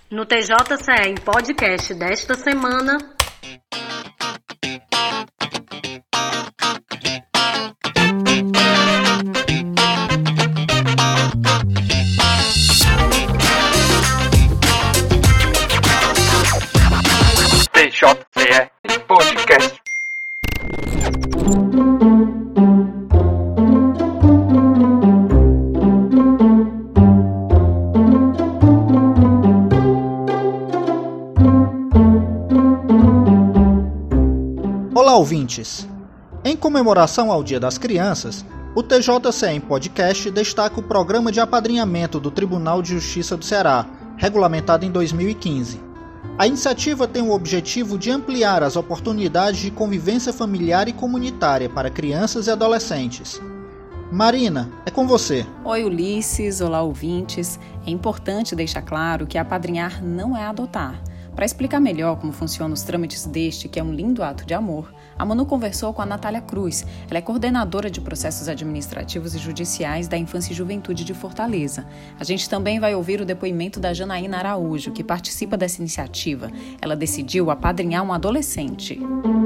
No TJCE em podcast desta semana. TJCE em podcast. Olá, ouvintes! Em comemoração ao Dia das Crianças, o TJCE em podcast destaca o programa de apadrinhamento do Tribunal de Justiça do Ceará, regulamentado em 2015. A iniciativa tem o objetivo de ampliar as oportunidades de convivência familiar e comunitária para crianças e adolescentes. Marina, é com você. Oi, Ulisses, olá, ouvintes. É importante deixar claro que apadrinhar não é adotar. Para explicar melhor como funcionam os trâmites deste, que é um lindo ato de amor, a Manu conversou com a Natália Cruz. Ela é coordenadora de processos administrativos e judiciais da Infância e Juventude de Fortaleza. A gente também vai ouvir o depoimento da Janaína Araújo, que participa dessa iniciativa. Ela decidiu apadrinhar um adolescente.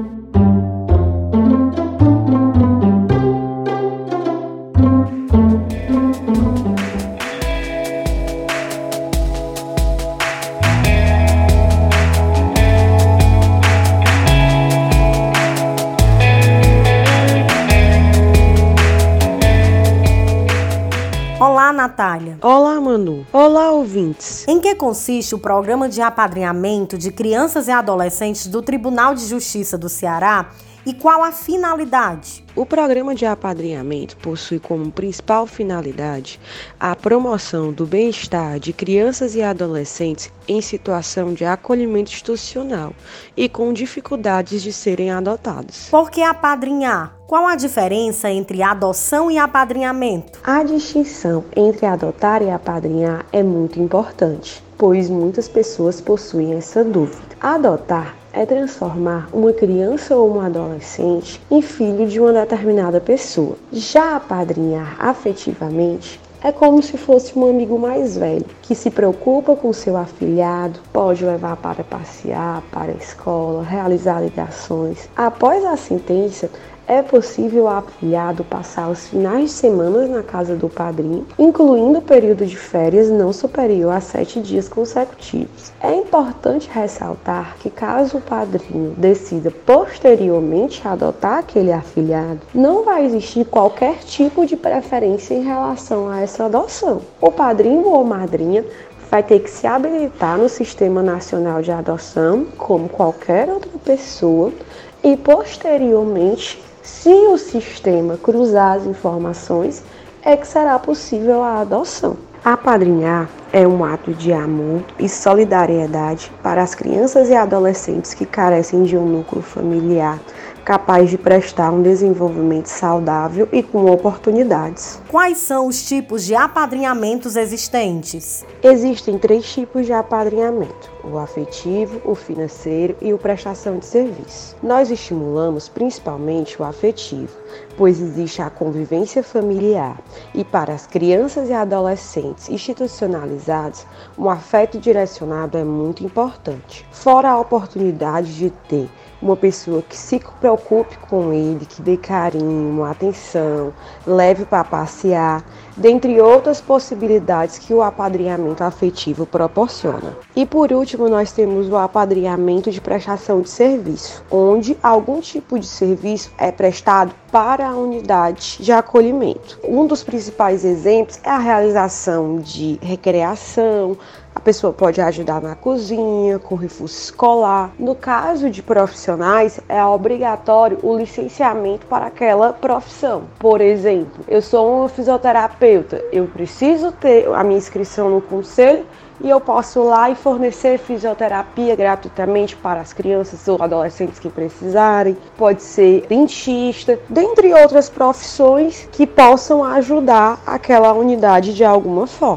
Olá, Natália. Olá, Manu. Olá, ouvintes. Em que consiste o programa de apadrinhamento de crianças e adolescentes do Tribunal de Justiça do Ceará e qual a finalidade? O programa de apadrinhamento possui como principal finalidade a promoção do bem-estar de crianças e adolescentes em situação de acolhimento institucional e com dificuldades de serem adotados. Por que apadrinhar? Qual a diferença entre adoção e apadrinhamento? A distinção entre adotar e apadrinhar é muito importante, pois muitas pessoas possuem essa dúvida. Adotar é transformar uma criança ou um adolescente em filho de uma determinada pessoa. Já apadrinhar afetivamente é como se fosse um amigo mais velho, que se preocupa com seu afilhado, pode levar para passear, para a escola, realizar ligações. Após a sentença, é possível ao afilhado passar os finais de semana na casa do padrinho, incluindo o período de férias não superior a 7 dias consecutivos. É importante ressaltar que caso o padrinho decida posteriormente adotar aquele afilhado, não vai existir qualquer tipo de preferência em relação a essa adoção. O padrinho ou madrinha vai ter que se habilitar no Sistema Nacional de Adoção, como qualquer outra pessoa, e posteriormente, se o sistema cruzar as informações, é que será possível a adoção. Apadrinhar é um ato de amor e solidariedade para as crianças e adolescentes que carecem de um núcleo familiar capaz de prestar um desenvolvimento saudável e com oportunidades. Quais são os tipos de apadrinhamentos existentes? Existem 3 tipos de apadrinhamento: o afetivo, o financeiro e o prestação de serviço. Nós estimulamos principalmente o afetivo, pois existe a convivência familiar e para as crianças e adolescentes institucionalizados, um afeto direcionado é muito importante. Fora a oportunidade de ter uma pessoa que se preocupe com ele, que dê carinho, atenção, leve para passear, dentre outras possibilidades que o apadrinhamento afetivo proporciona. E por último, nós temos o apadrinhamento de prestação de serviço, onde algum tipo de serviço é prestado para a unidade de acolhimento. Um dos principais exemplos é a realização de recreação. A pessoa pode ajudar na cozinha, com reforço escolar. No caso de profissionais, é obrigatório o licenciamento para aquela profissão. Por exemplo, eu sou uma fisioterapeuta, eu preciso ter a minha inscrição no conselho e eu posso ir lá e fornecer fisioterapia gratuitamente para as crianças ou adolescentes que precisarem. Pode ser dentista, dentre outras profissões que possam ajudar aquela unidade de alguma forma.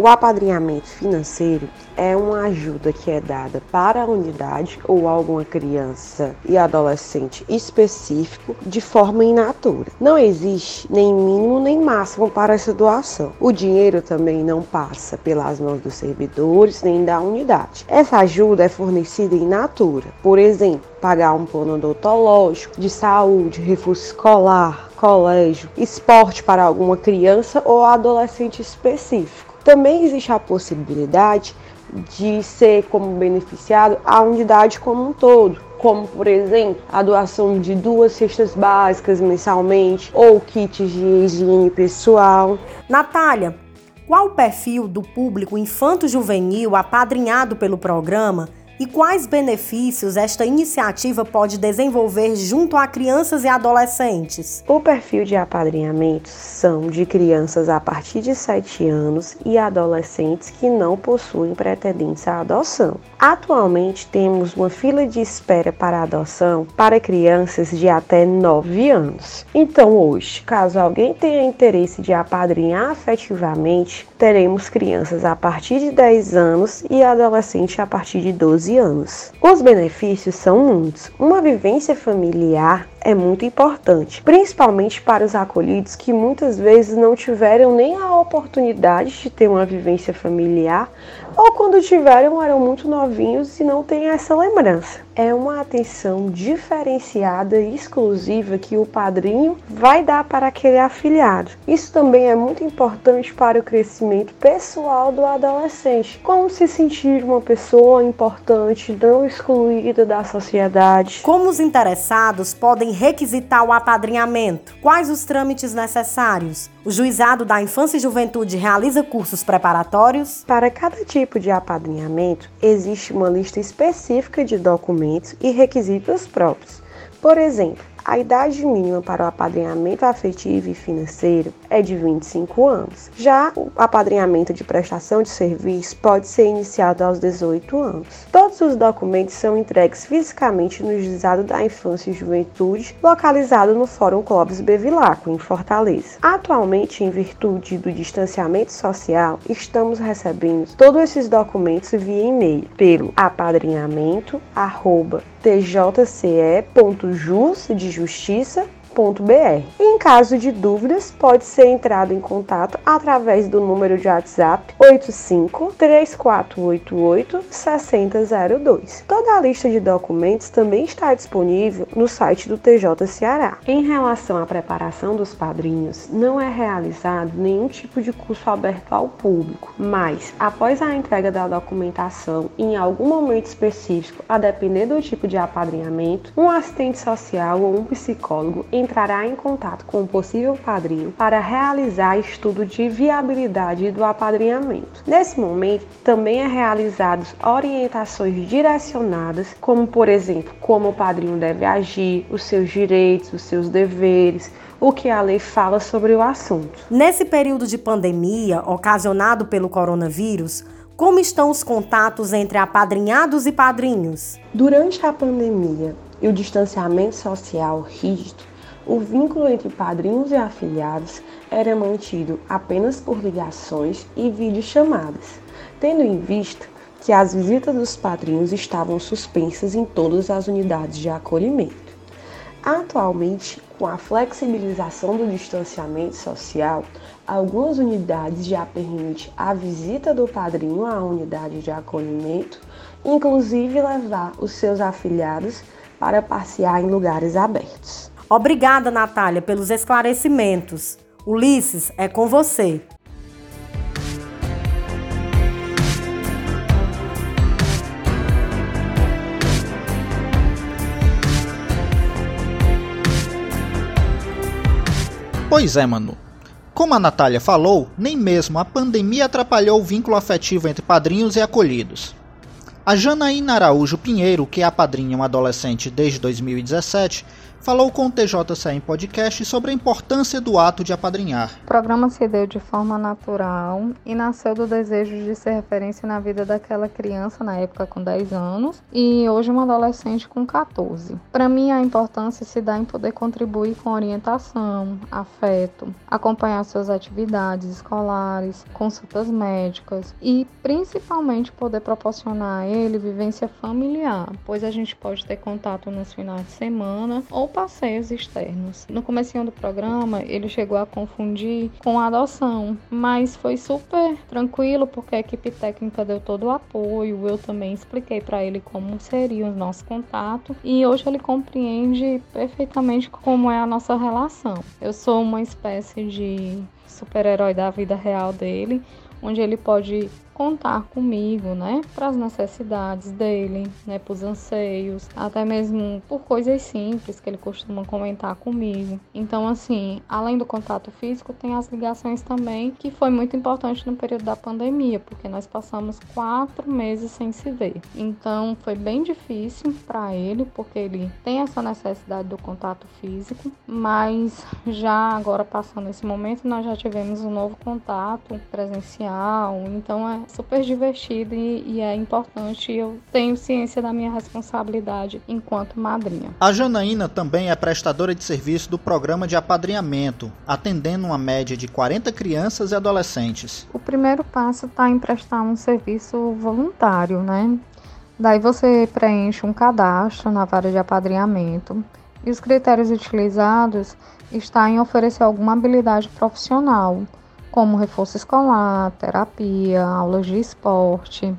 O apadrinhamento financeiro é uma ajuda que é dada para a unidade ou alguma criança e adolescente específico de forma in natura. Não existe nem mínimo nem máximo para essa doação. O dinheiro também não passa pelas mãos dos servidores nem da unidade. Essa ajuda é fornecida in natura. Por exemplo, pagar um plano odontológico, de saúde, reforço escolar, colégio, esporte para alguma criança ou adolescente específico. Também existe a possibilidade de ser como beneficiado a unidade como um todo, como, por exemplo, a doação de 2 cestas básicas mensalmente ou kits de higiene pessoal. Natália, qual o perfil do público infanto-juvenil apadrinhado pelo programa e quais benefícios esta iniciativa pode desenvolver junto a crianças e adolescentes? O perfil de apadrinhamento são de crianças a partir de 7 anos e adolescentes que não possuem pretendentes à adoção. Atualmente temos uma fila de espera para adoção para crianças de até 9 anos. Então hoje, caso alguém tenha interesse de apadrinhar afetivamente, teremos crianças a partir de 10 anos e adolescentes a partir de 12 anos. Os benefícios são muitos. Uma vivência familiar é muito importante, principalmente para os acolhidos que muitas vezes não tiveram nem a oportunidade de ter uma vivência familiar ou quando tiveram eram muito novinhos e não têm essa lembrança. É uma atenção diferenciada e exclusiva que o padrinho vai dar para aquele afilhado. Isso também é muito importante para o crescimento pessoal do adolescente, como se sentir uma pessoa importante, não excluída da sociedade. Como os interessados podem requisitar o apadrinhamento? Quais os trâmites necessários? O Juizado da Infância e Juventude realiza cursos preparatórios? Para cada tipo de apadrinhamento, existe uma lista específica de documentos e requisitos próprios. Por exemplo, a idade mínima para o apadrinhamento afetivo e financeiro é de 25 anos. Já o apadrinhamento de prestação de serviço pode ser iniciado aos 18 anos. Todos os documentos são entregues fisicamente no Juizado da Infância e Juventude, localizado no Fórum Clóvis Bevilacqua, em Fortaleza. Atualmente, em virtude do distanciamento social, estamos recebendo todos esses documentos via e-mail pelo apadrinhamento@tjce.jus.de-justiça.br. Em caso de dúvidas, pode ser entrado em contato através do número de WhatsApp 85-3488-6002. Toda a lista de documentos também está disponível no site do TJ Ceará. Em relação à preparação dos padrinhos, não é realizado nenhum tipo de curso aberto ao público, mas após a entrega da documentação, em algum momento específico, a depender do tipo de apadrinhamento, um assistente social ou um psicólogo entrará em contato com o possível padrinho para realizar estudo de viabilidade do apadrinhamento. Nesse momento, também é realizadas orientações direcionadas, como por exemplo, como o padrinho deve agir, os seus direitos, os seus deveres, o que a lei fala sobre o assunto. Nesse período de pandemia ocasionado pelo coronavírus, como estão os contatos entre apadrinhados e padrinhos? Durante a pandemia e o distanciamento social rígido, o vínculo entre padrinhos e afilhados era mantido apenas por ligações e videochamadas, tendo em vista que as visitas dos padrinhos estavam suspensas em todas as unidades de acolhimento. Atualmente, com a flexibilização do distanciamento social, algumas unidades já permitem a visita do padrinho à unidade de acolhimento, inclusive levar os seus afilhados para passear em lugares abertos. Obrigada, Natália, pelos esclarecimentos. Ulisses, é com você. Pois é, Manu. Como a Natália falou, nem mesmo a pandemia atrapalhou o vínculo afetivo entre padrinhos e acolhidos. A Janaína Araújo Pinheiro, que apadrinha um adolescente desde 2017, falou com o TJCE em podcast sobre a importância do ato de apadrinhar. O programa se deu de forma natural e nasceu do desejo de ser referência na vida daquela criança, na época com 10 anos, e hoje uma adolescente com 14. Para mim, a importância se dá em poder contribuir com orientação, afeto, acompanhar suas atividades escolares, consultas médicas e, principalmente, poder proporcionar a ele vivência familiar, pois a gente pode ter contato nos finais de semana ou passeios externos. No comecinho do programa, ele chegou a confundir com a adoção, mas foi super tranquilo porque a equipe técnica deu todo o apoio, eu também expliquei para ele como seria o nosso contato e hoje ele compreende perfeitamente como é a nossa relação. Eu sou uma espécie de super-herói da vida real dele, onde ele pode contar comigo, né, para as necessidades dele, né, para os anseios, até mesmo por coisas simples que ele costuma comentar comigo. Então, assim, além do contato físico, tem as ligações também, que foi muito importante no período da pandemia, porque nós passamos 4 meses sem se ver. Então, foi bem difícil para ele, porque ele tem essa necessidade do contato físico, mas já agora passando esse momento, nós já tivemos um novo contato presencial, então é super divertido e é importante. Eu tenho ciência da minha responsabilidade enquanto madrinha. A Janaína também é prestadora de serviço do programa de apadrinhamento, atendendo uma média de 40 crianças e adolescentes. O primeiro passo está em prestar um serviço voluntário, né? Daí você preenche um cadastro na vara de apadrinhamento e os critérios utilizados estão em oferecer alguma habilidade profissional, como reforço escolar, terapia, aulas de esporte,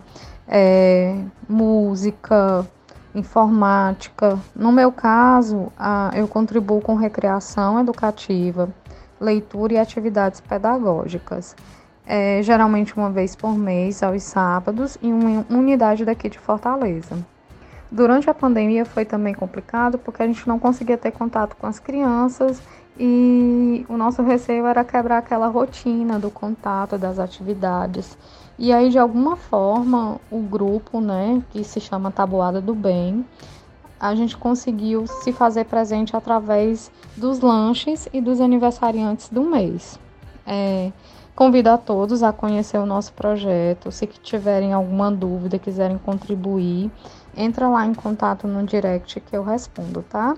música, informática. No meu caso, eu contribuo com recreação educativa, leitura e atividades pedagógicas. Geralmente uma vez por mês, aos sábados, em uma unidade daqui de Fortaleza. Durante a pandemia foi também complicado porque a gente não conseguia ter contato com as crianças e o nosso receio era quebrar aquela rotina do contato, das atividades. E aí, de alguma forma, o grupo, né, que se chama Tabuada do Bem, a gente conseguiu se fazer presente através dos lanches e dos aniversariantes do mês. Convido a todos a conhecer o nosso projeto. Se tiverem alguma dúvida, quiserem contribuir, entra lá em contato no direct que eu respondo, tá?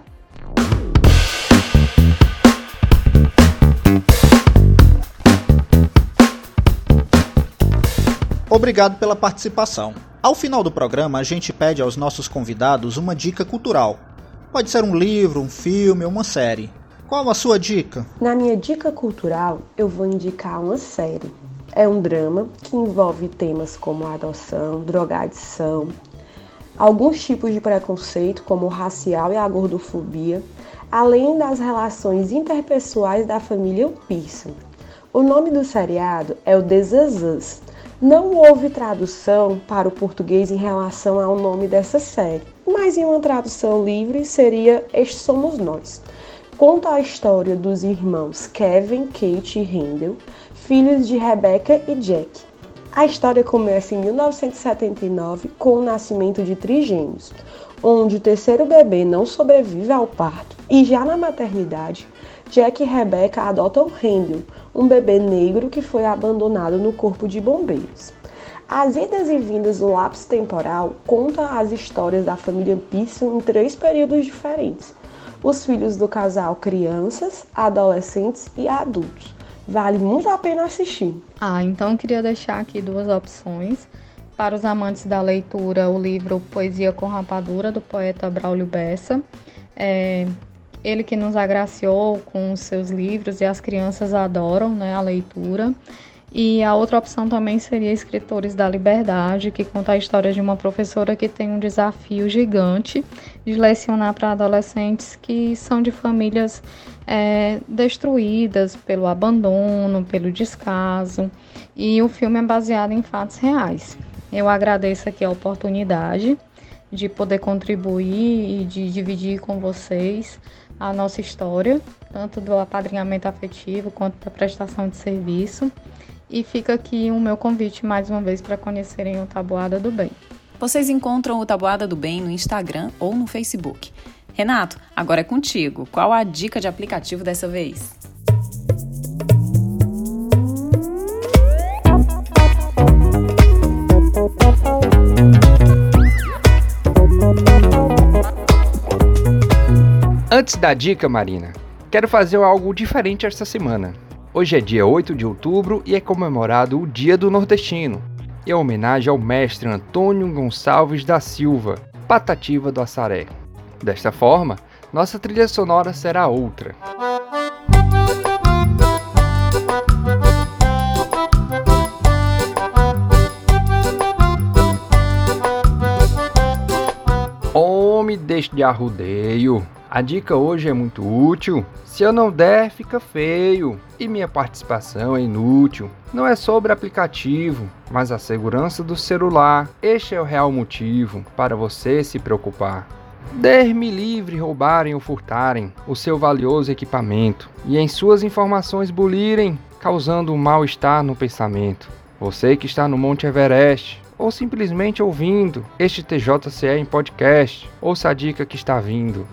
Obrigado pela participação. Ao final do programa, a gente pede aos nossos convidados uma dica cultural. Pode ser um livro, um filme ou uma série. Qual a sua dica? Na minha dica cultural, eu vou indicar uma série. É um drama que envolve temas como adoção, drogadição, alguns tipos de preconceito, como o racial e a gordofobia, além das relações interpessoais da família Pearson. O nome do seriado é o This Is Us. Não houve tradução para o português em relação ao nome dessa série, mas em uma tradução livre seria Estes Somos Nós. Conta a história dos irmãos Kevin, Kate e Randall, filhos de Rebecca e Jack. A história começa em 1979 com o nascimento de trigêmeos, onde o terceiro bebê não sobrevive ao parto e já na maternidade, Jack e Rebecca adotam Randall, um bebê negro que foi abandonado no corpo de bombeiros. As idas e vindas do lapso temporal contam as histórias da família Pearson em 3 períodos diferentes. Os filhos do casal crianças, adolescentes e adultos. Vale muito a pena assistir. Então eu queria deixar aqui 2 opções. Para os amantes da leitura, o livro Poesia com Rapadura, do poeta Braulio Bessa. Ele que nos agraciou com os seus livros e as crianças adoram, né, a leitura. E a outra opção também seria Escritores da Liberdade, que conta a história de uma professora que tem um desafio gigante de lecionar para adolescentes que são de famílias destruídas pelo abandono, pelo descaso. E o filme é baseado em fatos reais. Eu agradeço aqui a oportunidade de poder contribuir e de dividir com vocês a nossa história, tanto do apadrinhamento afetivo quanto da prestação de serviço. E fica aqui o meu convite mais uma vez para conhecerem o Tabuada do Bem. Vocês encontram o Tabuada do Bem no Instagram ou no Facebook. Renato, agora é contigo. Qual a dica de aplicativo dessa vez? Antes da dica, Marina, quero fazer algo diferente esta semana. Hoje é dia 8 de outubro e é comemorado o Dia do Nordestino, em homenagem ao mestre Antônio Gonçalves da Silva, Patativa do Assaré. Desta forma, nossa trilha sonora será outra. Homem, deixe de arrudeio. A dica hoje é muito útil. Se eu não der, fica feio. E minha participação é inútil. Não é sobre aplicativo, mas a segurança do celular. Este é o real motivo para você se preocupar. Der-me livre roubarem ou furtarem o seu valioso equipamento e em suas informações bulirem, causando um mal-estar no pensamento. Você que está no Monte Everest, ou simplesmente ouvindo este TJCE em podcast, ouça a dica que está vindo.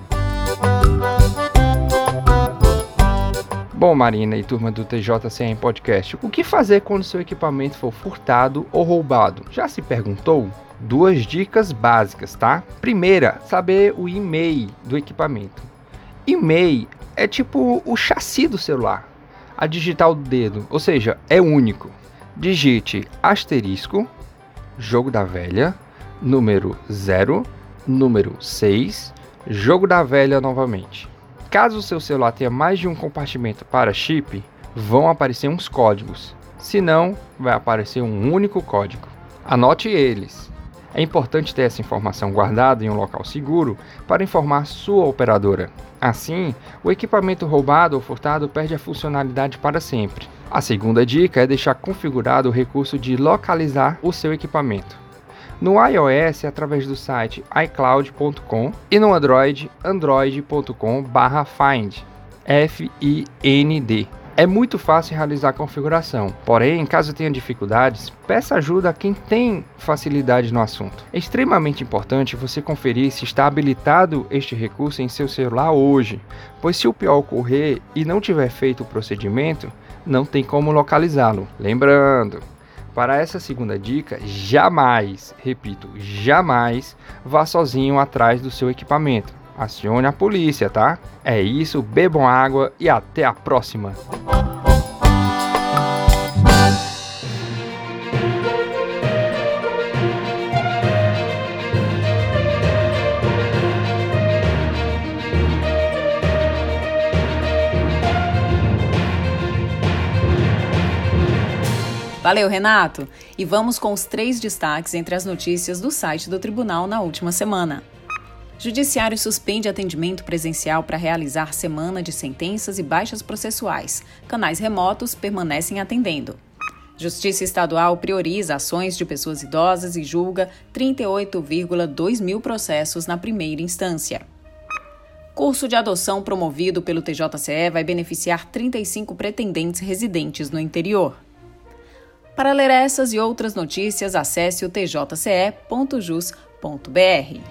Bom, Marina e turma do TJCE em podcast, o que fazer quando seu equipamento for furtado ou roubado? Já se perguntou? 2 dicas básicas, tá? Primeira, saber o e-mail do equipamento. E-mail é tipo o chassi do celular, a digital do dedo, ou seja, é único. Digite asterisco, jogo da velha, número 0, número 6, jogo da velha novamente. Caso o seu celular tenha mais de um compartimento para chip, vão aparecer uns códigos. Se não, vai aparecer um único código. Anote eles. É importante ter essa informação guardada em um local seguro para informar sua operadora. Assim, o equipamento roubado ou furtado perde a funcionalidade para sempre. A segunda dica é deixar configurado o recurso de localizar o seu equipamento. No iOS, através do site iCloud.com e no Android, android.com/find, F-I-N-D. É muito fácil realizar a configuração, porém, caso tenha dificuldades, peça ajuda a quem tem facilidade no assunto. É extremamente importante você conferir se está habilitado este recurso em seu celular hoje, pois se o pior ocorrer e não tiver feito o procedimento, não tem como localizá-lo. Lembrando, para essa segunda dica, jamais, repito, jamais vá sozinho atrás do seu equipamento. Acione a polícia, tá? É isso, bebam água e até a próxima! Valeu, Renato! E vamos com os 3 destaques entre as notícias do site do tribunal na última semana. Judiciário suspende atendimento presencial para realizar semana de sentenças e baixas processuais. Canais remotos permanecem atendendo. Justiça Estadual prioriza ações de pessoas idosas e julga 38,2 mil processos na primeira instância. Curso de adoção promovido pelo TJCE vai beneficiar 35 pretendentes residentes no interior. Para ler essas e outras notícias, acesse o tjce.jus.br.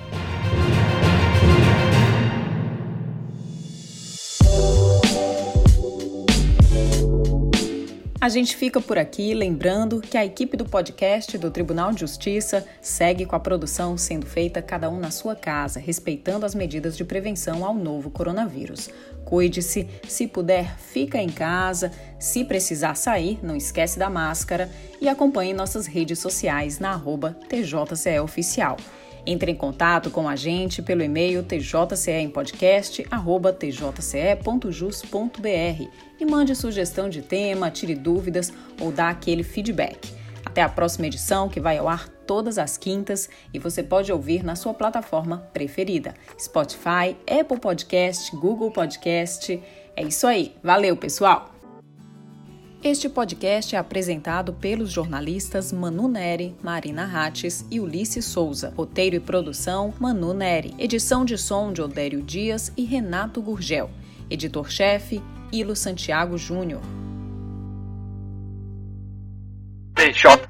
A gente fica por aqui lembrando que a equipe do podcast do Tribunal de Justiça segue com a produção sendo feita cada um na sua casa, respeitando as medidas de prevenção ao novo coronavírus. Cuide-se, se puder, fica em casa, se precisar sair, não esquece da máscara e acompanhe nossas redes sociais na @TJCEOficial. Entre em contato com a gente pelo e-mail tjceempodcast@tjce.jus.br e mande sugestão de tema, tire dúvidas ou dá aquele feedback. Até a próxima edição, que vai ao ar todas as quintas e você pode ouvir na sua plataforma preferida. Spotify, Apple Podcast, Google Podcast. É isso aí. Valeu, pessoal! Este podcast é apresentado pelos jornalistas Manu Neri, Marina Rates e Ulisses Souza. Roteiro e produção, Manu Neri. Edição de som de Odério Dias e Renato Gurgel. Editor-chefe, Ilo Santiago Júnior. TJCE